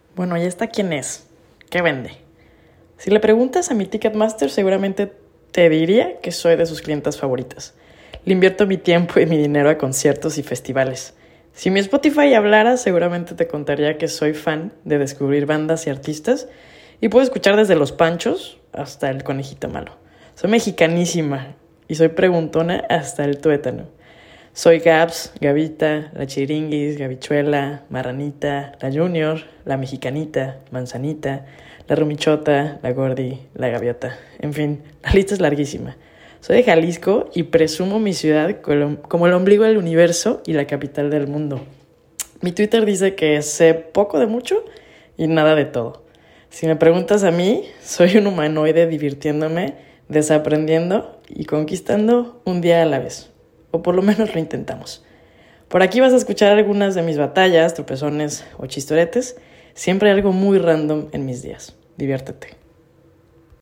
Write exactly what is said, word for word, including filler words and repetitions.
Bueno, ¿y esta quién es? ¿Qué vende? Si le preguntas a mi Ticketmaster, seguramente te diría que soy de sus clientas favoritas. Le invierto mi tiempo y mi dinero a conciertos y festivales. Si mi Spotify hablara, seguramente te contaría que soy fan de descubrir bandas y artistas y puedo escuchar desde Los Panchos hasta El Conejito Malo. Soy mexicanísima y soy preguntona hasta el tuétano. Soy Gabs, Gavita, la Chiringuis, Gabichuela, Marranita, la Junior, la Mexicanita, Manzanita, la Rumichota, la Gordi, la Gaviota. En fin, la lista es larguísima. Soy de Jalisco y presumo mi ciudad como el ombligo del universo y la capital del mundo. Mi Twitter dice que sé poco de mucho y nada de todo. Si me preguntas a mí, soy un humanoide divirtiéndome, desaprendiendo y conquistando un día a la vez. O por lo menos lo intentamos. Por aquí vas a escuchar algunas de mis batallas, tropezones o chistoretes. Siempre hay algo muy random en mis días. Diviértete.